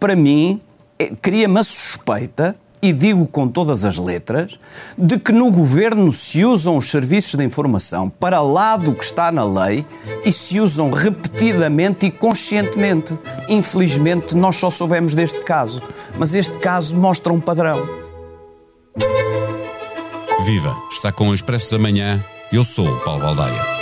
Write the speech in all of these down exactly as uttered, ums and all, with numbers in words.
para mim, é, cria-me a suspeita, e digo com todas as letras, de que no governo se usam os serviços de informação para lá do que está na lei e se usam repetidamente e conscientemente. Infelizmente, nós só soubemos deste caso, mas este caso mostra um padrão. Viva! Está com o Expresso da Manhã. Eu sou o Paulo Baldaia.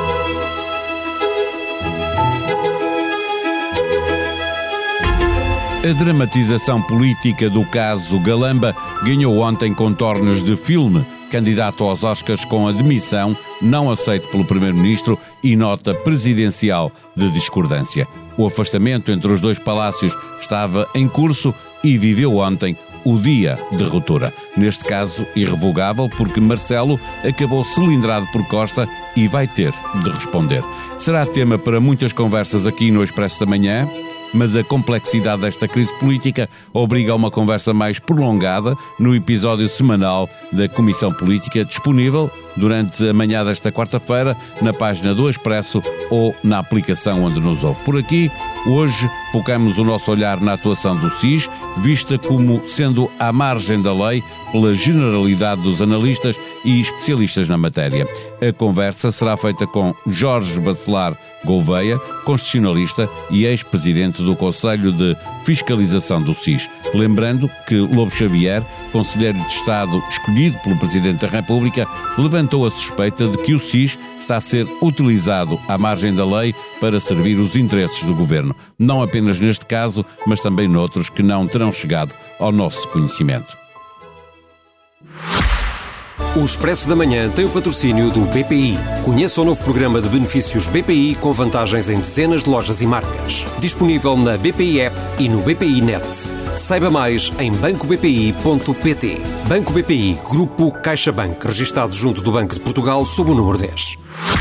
A dramatização política do caso Galamba ganhou ontem contornos de filme. Candidato aos Oscars com a demissão, não aceito pelo Primeiro-Ministro e nota presidencial de discordância. O afastamento entre os dois palácios estava em curso e viveu ontem o dia de ruptura. Neste caso, irrevogável, porque Marcelo acabou cilindrado por Costa e vai ter de responder. Será tema para muitas conversas aqui no Expresso da Manhã, mas a complexidade desta crise política obriga a uma conversa mais prolongada no episódio semanal da Comissão Política, disponível durante a manhã desta quarta-feira na página do Expresso ou na aplicação onde nos ouve. Por aqui, hoje, focamos o nosso olhar na atuação do S I S, vista como sendo à margem da lei pela generalidade dos analistas e especialistas na matéria. A conversa será feita com Jorge Bacelar Gouveia, constitucionalista e ex-presidente do Conselho de Fiscalização do S I S. Lembrando que Lobo Xavier, conselheiro de Estado escolhido pelo Presidente da República, levantou a suspeita de que o S I S está a ser utilizado à margem da lei para servir os interesses do Governo. Não apenas neste caso, mas também noutros que não terão chegado ao nosso conhecimento. O Expresso da Manhã tem o patrocínio do B P I. Conheça o novo programa de benefícios B P I com vantagens em dezenas de lojas e marcas. Disponível na B P I App e no B P I Net. Saiba mais em banco b p i ponto p t. Banco B P I, Grupo CaixaBank, registado junto do Banco de Portugal sob o número dez.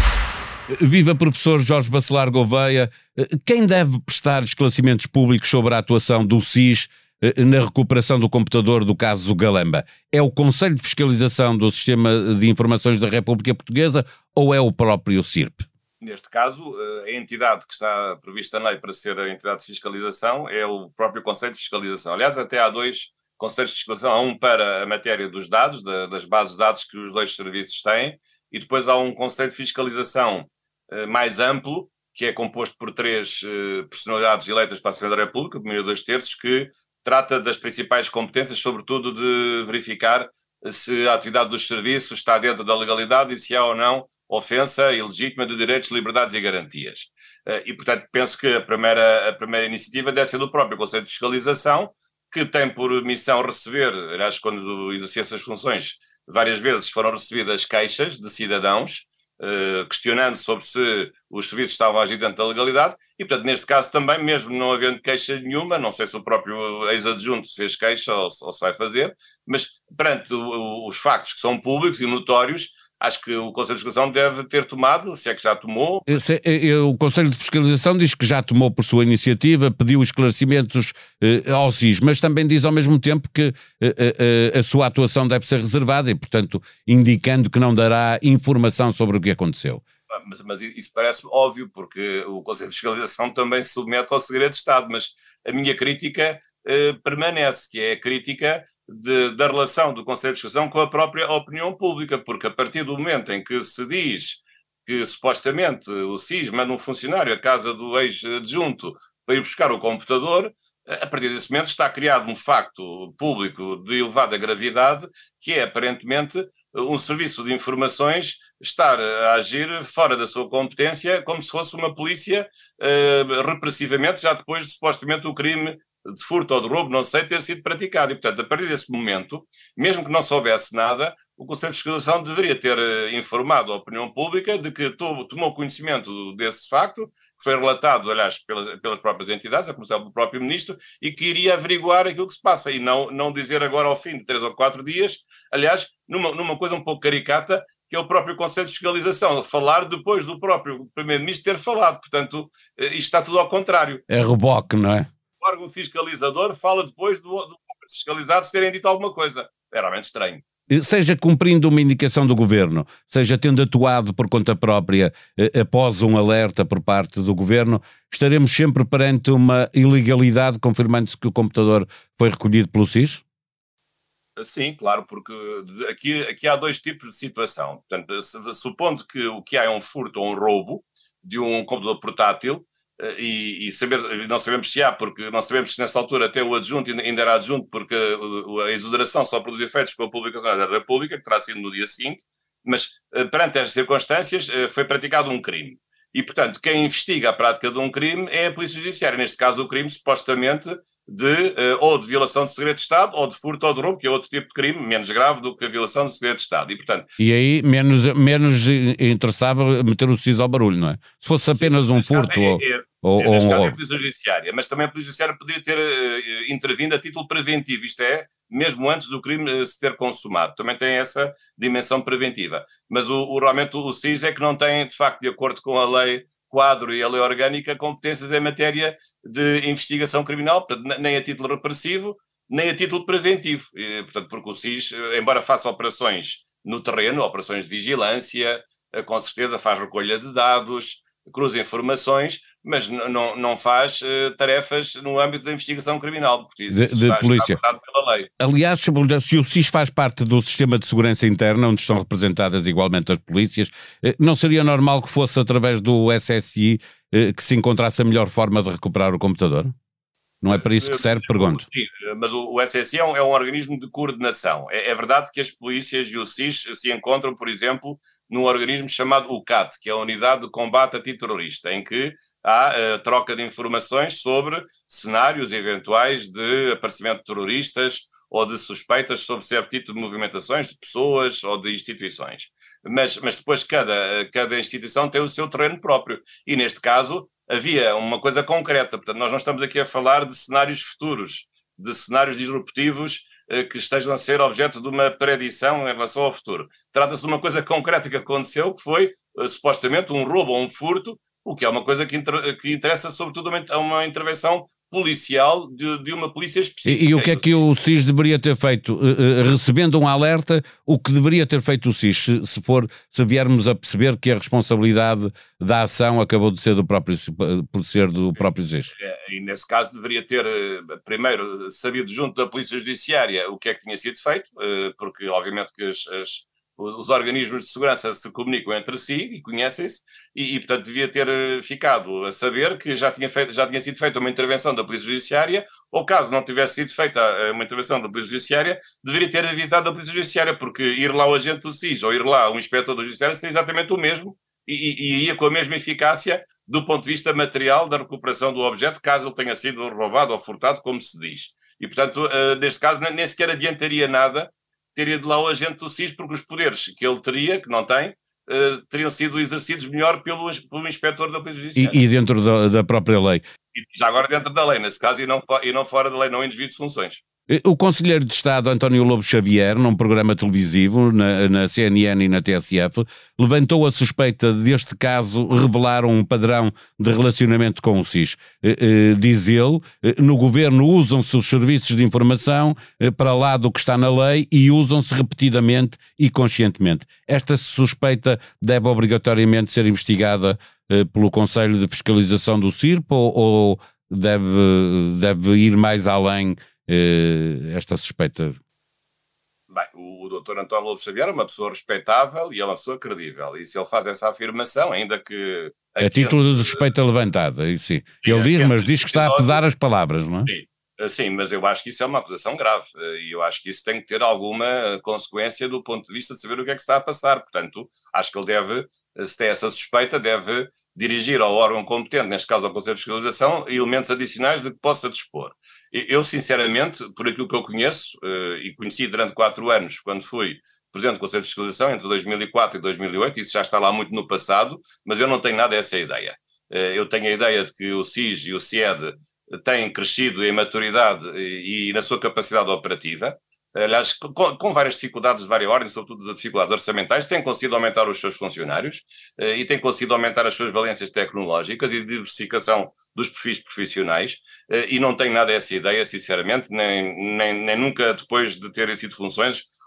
Viva professor Jorge Bacelar Gouveia. Quem deve prestar esclarecimentos públicos sobre a atuação do S I S na recuperação do computador do caso Galamba? É o Conselho de Fiscalização do Sistema de Informações da República Portuguesa ou é o próprio S I R P? Neste caso, a entidade que está prevista na lei para ser a entidade de fiscalização é o próprio Conselho de Fiscalização. Aliás, até há dois Conselhos de Fiscalização. Há um para a matéria dos dados, das bases de dados que os dois serviços têm, e depois há um Conselho de Fiscalização mais amplo, que é composto por três personalidades eleitas para a Assembleia da República, por maioria de dois terços, que trata das principais competências, sobretudo de verificar se a atividade dos serviços está dentro da legalidade e se há ou não ofensa ilegítima de direitos, liberdades e garantias. E, portanto, penso que a primeira, a primeira iniciativa deve ser do próprio Conselho de Fiscalização, que tem por missão receber, aliás, quando exercia essas funções, várias vezes foram recebidas queixas de cidadãos, Uh, questionando sobre se os serviços estavam a agir dentro da legalidade e, portanto, neste caso também, mesmo não havendo queixa nenhuma, não sei se o próprio ex-adjunto fez queixa ou, ou se vai fazer, mas perante o, os factos que são públicos e notórios, acho que o Conselho de Fiscalização deve ter tomado, se é que já tomou. Eu sei, eu, o Conselho de Fiscalização diz que já tomou por sua iniciativa, pediu esclarecimentos eh, ao S I S, mas também diz ao mesmo tempo que eh, eh, a sua atuação deve ser reservada e, portanto, indicando que não dará informação sobre o que aconteceu. Mas, mas isso parece óbvio, porque o Conselho de Fiscalização também se submete ao segredo de Estado, mas a minha crítica eh, permanece, que é a crítica De, da relação do Conselho de Fiscalização com a própria opinião pública, porque a partir do momento em que se diz que supostamente o S I S manda um funcionário à casa do ex-adjunto para ir buscar o computador, a partir desse momento está criado um facto público de elevada gravidade, que é aparentemente um serviço de informações estar a agir fora da sua competência, como se fosse uma polícia uh, repressivamente, já depois de supostamente o crime de furto ou de roubo, não sei, ter sido praticado. E, portanto, a partir desse momento, mesmo que não soubesse nada, o Conselho de Fiscalização deveria ter uh, informado a opinião pública de que to- tomou conhecimento desse facto, que foi relatado, aliás, pelas, pelas próprias entidades, a começar pelo próprio Ministro, e que iria averiguar aquilo que se passa, e não, não dizer agora ao fim de três ou quatro dias, aliás, numa, numa coisa um pouco caricata, que é o próprio Conselho de Fiscalização, falar depois do próprio Primeiro-Ministro ter falado. Portanto, uh, isto está tudo ao contrário. É reboque, não é? O órgão fiscalizador fala depois do, do fiscalizados terem dito alguma coisa. É realmente estranho. seja cumprindo uma indicação do Governo, seja tendo atuado por conta própria eh, após um alerta por parte do Governo, estaremos sempre perante uma ilegalidade, confirmando-se que o computador foi recolhido pelo S I S? Sim, claro, porque aqui, aqui há dois tipos de situação. Portanto, se, supondo que o que há é um furto ou um roubo de um computador portátil, e, e saber, não sabemos se há, porque não sabemos se nessa altura até o adjunto ainda era adjunto, porque a exoneração só produz efeitos com a publicação da República, que terá sido no dia seguinte, mas perante estas circunstâncias foi praticado um crime. E, portanto, quem investiga a prática de um crime é a Polícia Judiciária. Neste caso, o crime supostamente de, uh, ou de violação de segredo de Estado, ou de furto ou de roubo, que é outro tipo de crime, menos grave do que a violação de segredo de Estado. E, portanto, e aí menos, menos interessava meter o S I S ao barulho, não é? Se fosse apenas sim, um furto é, ou, é, ou, é, ou neste um caso roubo. É a Polícia Judiciária, mas também a Polícia Judiciária poderia ter uh, intervindo a título preventivo, isto é, mesmo antes do crime uh, se ter consumado. Também tem essa dimensão preventiva. Mas o, o, realmente o S I S é que não tem, de facto, de acordo com a lei quadro e a lei orgânica, competências em matéria de investigação criminal, portanto, nem a título repressivo, nem a título preventivo. E, portanto, porque o S I S, embora faça operações no terreno, operações de vigilância, com certeza faz recolha de dados, cruza informações, mas não, não faz uh, tarefas no âmbito da investigação criminal, porque isso, de, isso de está, polícia. está pela lei. Aliás, se o S I S faz parte do sistema de segurança interna, onde estão representadas igualmente as polícias, não seria normal que fosse através do S S I que se encontrasse a melhor forma de recuperar o computador? Não é para isso que serve, pergunto. Sim, mas o S S I é um, é um organismo de coordenação. É, é verdade que as polícias e o S I S se encontram, por exemplo, num organismo chamado U C A T, que é a Unidade de Combate Antiterrorista, em que há uh, troca de informações sobre cenários eventuais de aparecimento de terroristas ou de suspeitas sobre certo tipo de movimentações de pessoas ou de instituições. Mas, mas depois cada, cada instituição tem o seu terreno próprio. E neste caso havia uma coisa concreta, portanto nós não estamos aqui a falar de cenários futuros, de cenários disruptivos eh, que estejam a ser objeto de uma predição em relação ao futuro. Trata-se de uma coisa concreta que aconteceu, que foi eh, supostamente um roubo ou um furto, o que é uma coisa que, inter- que interessa sobretudo a uma intervenção policial de, de uma polícia específica. E, e o que é que o S I S deveria ter feito? Uh, recebendo um alerta, o que deveria ter feito o S I S, se, se, for, se viermos a perceber que a responsabilidade da ação acabou de ser do próprio, por ser do próprio S I S? E nesse caso deveria ter primeiro sabido junto da Polícia Judiciária o que é que tinha sido feito, porque obviamente que as, as os organismos de segurança se comunicam entre si e conhecem-se, e, e portanto devia ter ficado a saber que já tinha, feito, já tinha sido feita uma intervenção da Polícia Judiciária, ou caso não tivesse sido feita uma intervenção da Polícia Judiciária, deveria ter avisado a Polícia Judiciária, porque ir lá o agente do S I S ou ir lá o inspetor da Judiciária seria exatamente o mesmo, e, e, e ia com a mesma eficácia do ponto de vista material da recuperação do objeto, caso ele tenha sido roubado ou furtado, como se diz. E portanto, neste caso, nem sequer adiantaria nada ter ido lá o agente do S I S, porque os poderes que ele teria, que não tem, uh, teriam sido exercidos melhor pelo, pelo inspetor da Polícia Judiciária. E, e dentro da, da própria lei. E já agora dentro da lei, nesse caso, e não, e não fora da lei, não em desvio de funções. O Conselheiro de Estado António Lobo Xavier, num programa televisivo na, na C N N e na T S F, levantou a suspeita deste caso revelar um padrão de relacionamento com o S I S. Eh, eh, diz ele, eh, no governo usam-se os serviços de informação eh, para lá do que está na lei e usam-se repetidamente e conscientemente. Esta suspeita deve obrigatoriamente ser investigada eh, pelo Conselho de Fiscalização do C I R P ou, ou deve, deve ir mais além esta suspeita? Bem, o, o doutor António Lobo Xavier é uma pessoa respeitável e é uma pessoa credível, e se ele faz essa afirmação, ainda que... A título de suspeita levantada, e sim. sim ele diz, mas diz que está a pesar as palavras, não é? Sim. Sim, mas eu acho que isso é uma acusação grave, e eu acho que isso tem que ter alguma consequência do ponto de vista de saber o que é que está a passar. Portanto, acho que ele deve, se tem essa suspeita, deve dirigir ao órgão competente, neste caso ao Conselho de Fiscalização, elementos adicionais de que possa dispor. Eu, sinceramente, por aquilo que eu conheço, e conheci durante quatro anos, quando fui presidente do Conselho de Fiscalização, entre dois mil e quatro e dois mil e oito, isso já está lá muito no passado, mas eu não tenho nada essa ideia. Eu tenho a ideia de que o S I S e o C I E D têm crescido em maturidade e, e na sua capacidade operativa, aliás, com, com várias dificuldades de várias ordens, sobretudo de dificuldades orçamentais, têm conseguido aumentar os seus funcionários eh, e têm conseguido aumentar as suas valências tecnológicas e de diversificação dos perfis profissionais, eh, e não tenho nada essa ideia, sinceramente, nem, nem, nem nunca, depois de terem sido funções,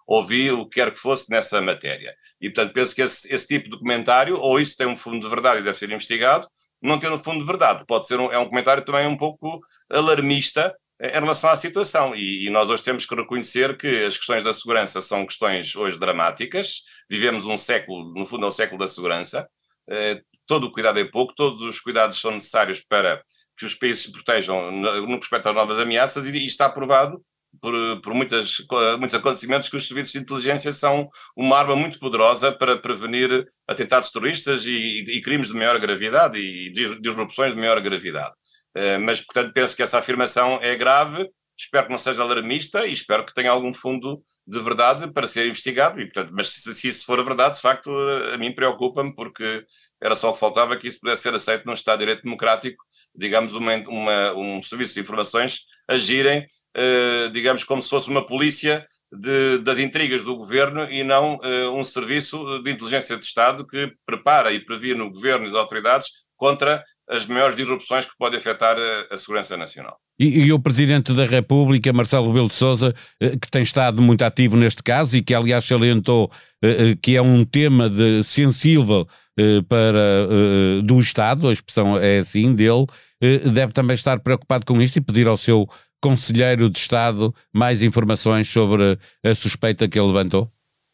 ouvi o que quer que fosse nessa matéria. E, portanto, penso que esse, esse tipo de comentário, ou isso tem um fundo de verdade e deve ser investigado, não tem um fundo de verdade. Pode ser um, é um comentário também um pouco alarmista em relação à situação. E, e nós hoje temos que reconhecer que as questões da segurança são questões hoje dramáticas. Vivemos um século, no fundo é o século da segurança. Eh, todo o cuidado é pouco, todos os cuidados são necessários para que os países se protejam no, no que respeita a novas ameaças, e, e está provado por, por muitas, muitos acontecimentos que os serviços de inteligência são uma arma muito poderosa para prevenir atentados terroristas e, e crimes de maior gravidade e disrupções de maior gravidade. Uh, mas, portanto, penso que essa afirmação é grave, espero que não seja alarmista e espero que tenha algum fundo de verdade para ser investigado. E, portanto, mas se, se isso for verdade, de facto, a mim preocupa-me, porque era só o que faltava que isso pudesse ser aceito num Estado de Direito Democrático, digamos, uma, uma, um serviço de informações agirem, uh, digamos, como se fosse uma polícia de, das intrigas do governo e não uh, um serviço de inteligência de Estado que prepara e previne o governo e as autoridades contra as maiores disrupções que podem afetar a, a segurança nacional. E, e o Presidente da República, Marcelo Rebelo de Sousa, que tem estado muito ativo neste caso e que, aliás, salientou que é um tema de, sensível para, do Estado, a expressão é assim dele, deve também estar preocupado com isto e pedir ao seu Conselheiro de Estado mais informações sobre a suspeita que ele levantou?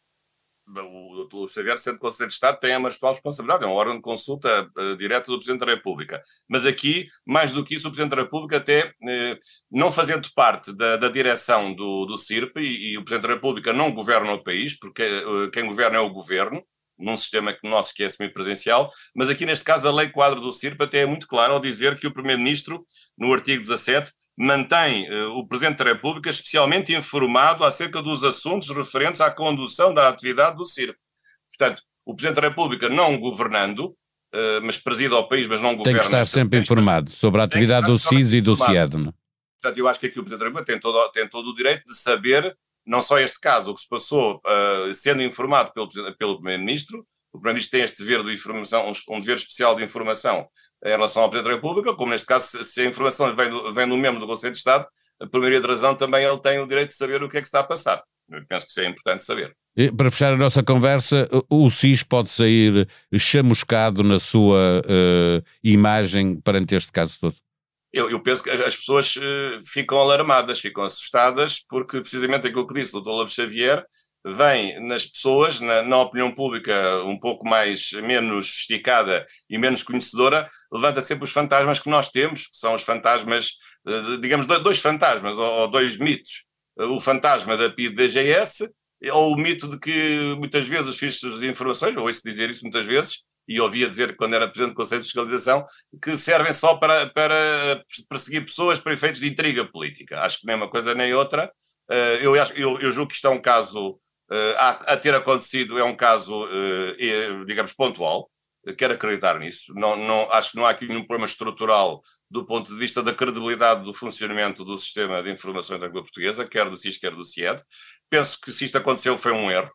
O Xavier, sendo Conselheiro de Estado, tem a principal responsabilidade, é um órgão de consulta uh, direta do Presidente da República. Mas aqui, mais do que isso, o Presidente da República, até uh, não fazendo parte da, da direção do, do C I R P, e, e o Presidente da República não governa o país, porque uh, quem governa é o Governo, num sistema nosso que é semipresidencial, mas aqui neste caso a lei quadro do C I R P até é muito clara ao dizer que o Primeiro-Ministro, no artigo dezassete, mantém uh, o Presidente da República especialmente informado acerca dos assuntos referentes à condução da atividade do C I R P. Portanto, o Presidente da República não governando, uh, mas preside ao país, mas não governa... Tem que estar sempre informado sobre a atividade do C I S e do C I E D. Não? Portanto, eu acho que aqui o Presidente da República tem todo, tem todo o direito de saber, não só este caso, o que se passou, uh, sendo informado pelo, pelo Primeiro-Ministro. O Primeiro-Ministro tem este dever de informação, um, um dever especial de informação em relação ao Presidente da República, como neste caso, se, se a informação vem do, vem do membro do Conselho de Estado, por maioria de razão também ele tem o direito de saber o que é que está a passar. Eu penso que isso é importante saber. E, para fechar a nossa conversa, o C I S pode sair chamuscado na sua uh, imagem perante este caso todo? Eu, eu penso que as pessoas uh, ficam alarmadas, ficam assustadas, porque precisamente aquilo que disse o doutor Lobo Xavier vem nas pessoas, na, na opinião pública um pouco mais, menos sofisticada e menos conhecedora, levanta sempre os fantasmas que nós temos, que são os fantasmas, uh, digamos, dois fantasmas ou, ou dois mitos. O fantasma da P I D G S, ou o mito de que muitas vezes os fichos de informações, ou ouço dizer isso muitas vezes, e ouvia dizer quando era Presidente do Conselho de Fiscalização, que servem só para, para perseguir pessoas para efeitos de intriga política. Acho que nem uma coisa nem outra. Eu, eu, eu julgo que isto é um caso, a, a ter acontecido, é um caso, digamos, pontual. Quero acreditar nisso. Não, não, acho que não há aqui nenhum problema estrutural do ponto de vista da credibilidade do funcionamento do sistema de informações da língua portuguesa, quer do C I S, quer do C I E D. Penso que se isto aconteceu foi um erro.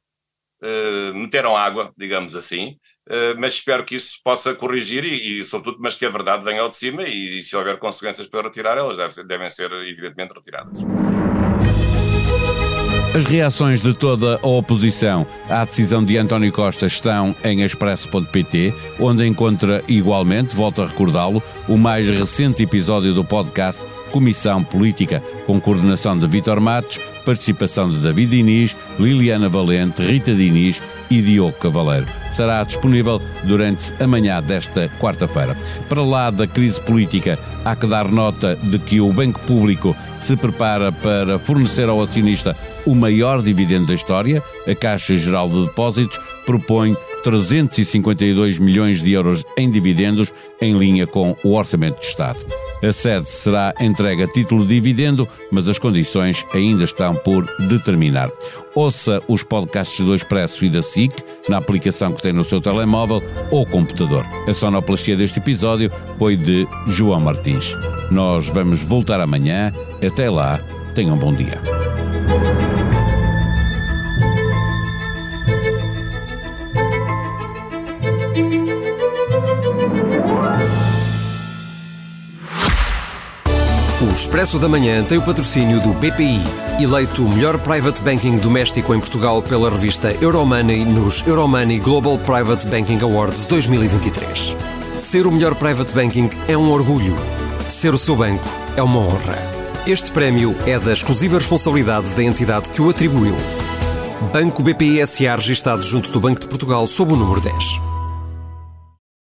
Uh, meteram água, digamos assim, uh, mas espero que isso possa corrigir e, e, sobretudo, mas que a verdade venha ao de cima e, e se houver consequências para retirar, elas devem ser, devem ser evidentemente retiradas. As reações de toda a oposição à decisão de António Costa estão em expresso ponto pt, onde encontra igualmente, volto a recordá-lo, o mais recente episódio do podcast Comissão Política, com coordenação de Vítor Matos, participação de David Diniz, Liliana Valente, Rita Diniz e Diogo Cavaleiro. Estará disponível durante a manhã desta quarta-feira. Para lá da crise política, há que dar nota de que o Banco Público se prepara para fornecer ao acionista o maior dividendo da história. A Caixa Geral de Depósitos propõe trezentos e cinquenta e dois milhões de euros em dividendos, em linha com o Orçamento de Estado. A sede será entregue a título de dividendo, mas as condições ainda estão por determinar. Ouça os podcasts do Expresso e da S I C na aplicação que tem no seu telemóvel ou computador. A sonoplastia deste episódio foi de João Martins. Nós vamos voltar amanhã. Até lá, tenham um bom dia. Expresso da Manhã tem o patrocínio do B P I, eleito o melhor private banking doméstico em Portugal pela revista Euromoney nos Euromoney Global Private Banking Awards dois mil e vinte e três. Ser o melhor private banking é um orgulho. Ser o seu banco é uma honra. Este prémio é da exclusiva responsabilidade da entidade que o atribuiu. Banco B P I S A registado junto do Banco de Portugal sob o número dez.